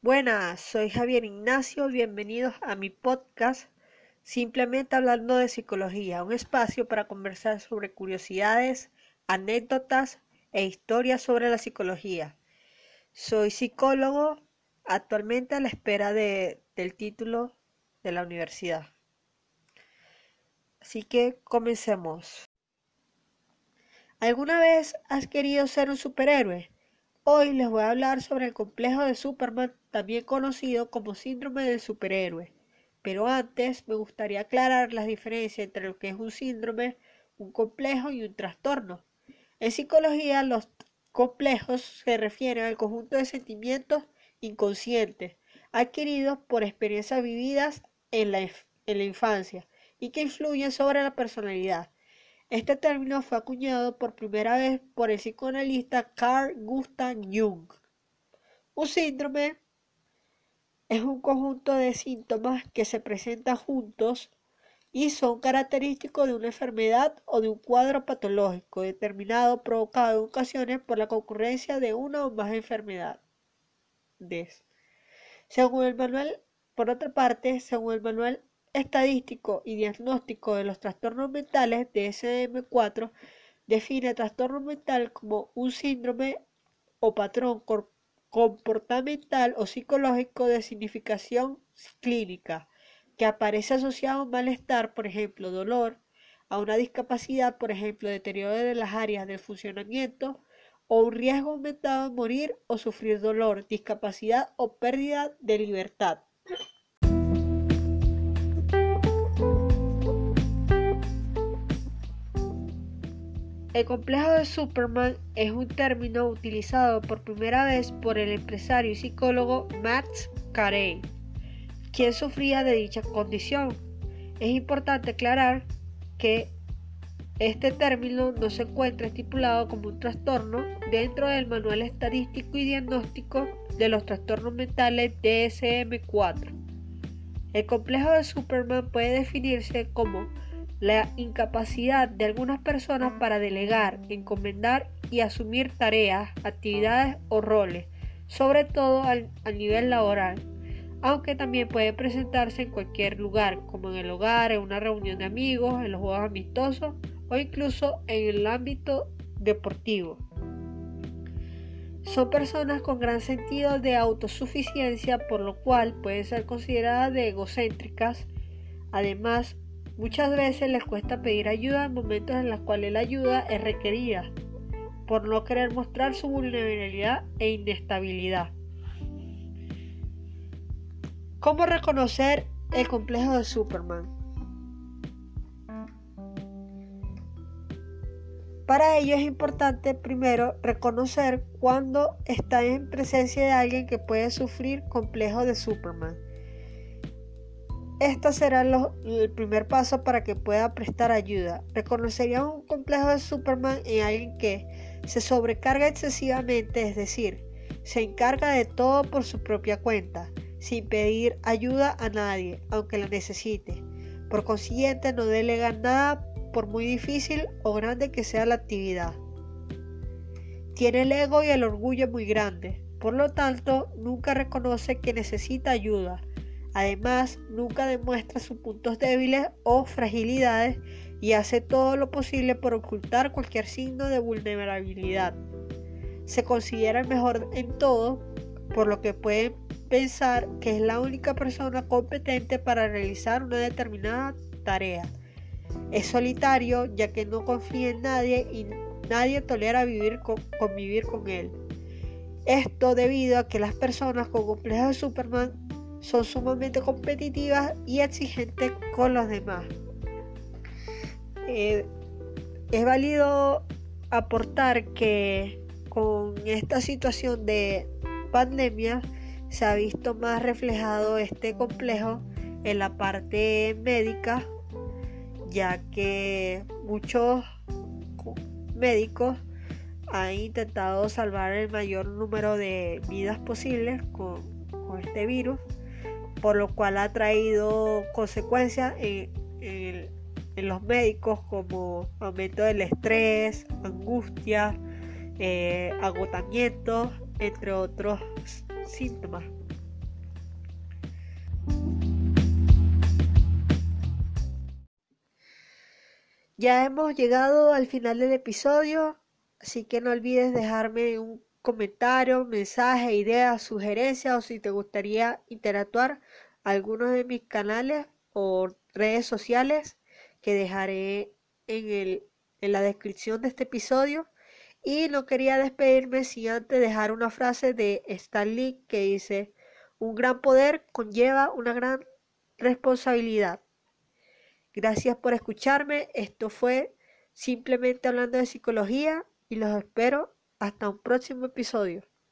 Buenas, soy Javier Ignacio, bienvenidos a mi podcast Simplemente Hablando de Psicología, un espacio para conversar sobre curiosidades, anécdotas e historias sobre la psicología. Soy psicólogo, actualmente a la espera del título de la universidad. Así que comencemos. ¿Alguna vez has querido ser un superhéroe? Hoy les voy a hablar sobre el complejo de Superman, también conocido como síndrome del superhéroe. Pero antes me gustaría aclarar las diferencias entre lo que es un síndrome, un complejo y un trastorno. En psicología, los complejos se refieren al conjunto de sentimientos inconscientes adquiridos por experiencias vividas en la infancia y que influyen sobre la personalidad. Este término fue acuñado por primera vez por el psicoanalista Carl Gustav Jung. Un síndrome es un conjunto de síntomas que se presentan juntos y son característicos de una enfermedad o de un cuadro patológico determinado provocado en ocasiones por la concurrencia de una o más enfermedades. Por otra parte, según el manual estadístico y diagnóstico de los trastornos mentales DSM-4, define trastorno mental como un síndrome o patrón comportamental o psicológico de significación clínica que aparece asociado a un malestar, por ejemplo, dolor, a una discapacidad, por ejemplo, deterioro de las áreas del funcionamiento, o un riesgo aumentado de morir o sufrir dolor, discapacidad o pérdida de libertad. El complejo de Superman es un término utilizado por primera vez por el empresario y psicólogo Max Carey, quien sufría de dicha condición. Es importante aclarar que este término no se encuentra estipulado como un trastorno dentro del Manual Estadístico y Diagnóstico de los Trastornos Mentales DSM-4. El complejo de Superman puede definirse como la incapacidad de algunas personas para delegar, encomendar y asumir tareas, actividades o roles, sobre todo a nivel laboral, aunque también puede presentarse en cualquier lugar, como en el hogar, en una reunión de amigos, en los juegos amistosos o incluso en el ámbito deportivo. Son personas con gran sentido de autosuficiencia, por lo cual pueden ser consideradas de egocéntricas. Además, muchas veces les cuesta pedir ayuda en momentos en los cuales la ayuda es requerida, por no querer mostrar su vulnerabilidad e inestabilidad. ¿Cómo reconocer el complejo de Superman? Para ello es importante primero reconocer cuando está en presencia de alguien que puede sufrir complejo de Superman. Este será el primer paso para que pueda prestar ayuda. Reconoceríamos un complejo de Superman en alguien que se sobrecarga excesivamente, es decir, se encarga de todo por su propia cuenta, sin pedir ayuda a nadie, aunque la necesite. Por consiguiente, no delega nada por muy difícil o grande que sea la actividad. Tiene el ego y el orgullo muy grandes, por lo tanto, nunca reconoce que necesita ayuda. Además, nunca demuestra sus puntos débiles o fragilidades y hace todo lo posible por ocultar cualquier signo de vulnerabilidad. Se considera el mejor en todo, por lo que pueden pensar que es la única persona competente para realizar una determinada tarea. Es solitario, ya que no confía en nadie y nadie tolera convivir con él. Esto debido a que las personas con complejo de Superman son sumamente competitivas y exigentes con los demás. Es válido aportar que con esta situación de pandemia se ha visto más reflejado este complejo en la parte médica, ya que muchos médicos han intentado salvar el mayor número de vidas posibles con este virus, por lo cual ha traído consecuencias en los médicos como aumento del estrés, angustia, agotamiento, entre otros síntomas. Ya hemos llegado al final del episodio, así que no olvides dejarme un comentario, mensaje, idea, sugerencia o si te gustaría interactuar algunos de mis canales o redes sociales que dejaré en la descripción de este episodio. Y no quería despedirme sin antes dejar una frase de Stan Lee que dice: un gran poder conlleva una gran responsabilidad. Gracias por escucharme. Esto fue Simplemente Hablando de Psicología y los espero hasta un próximo episodio.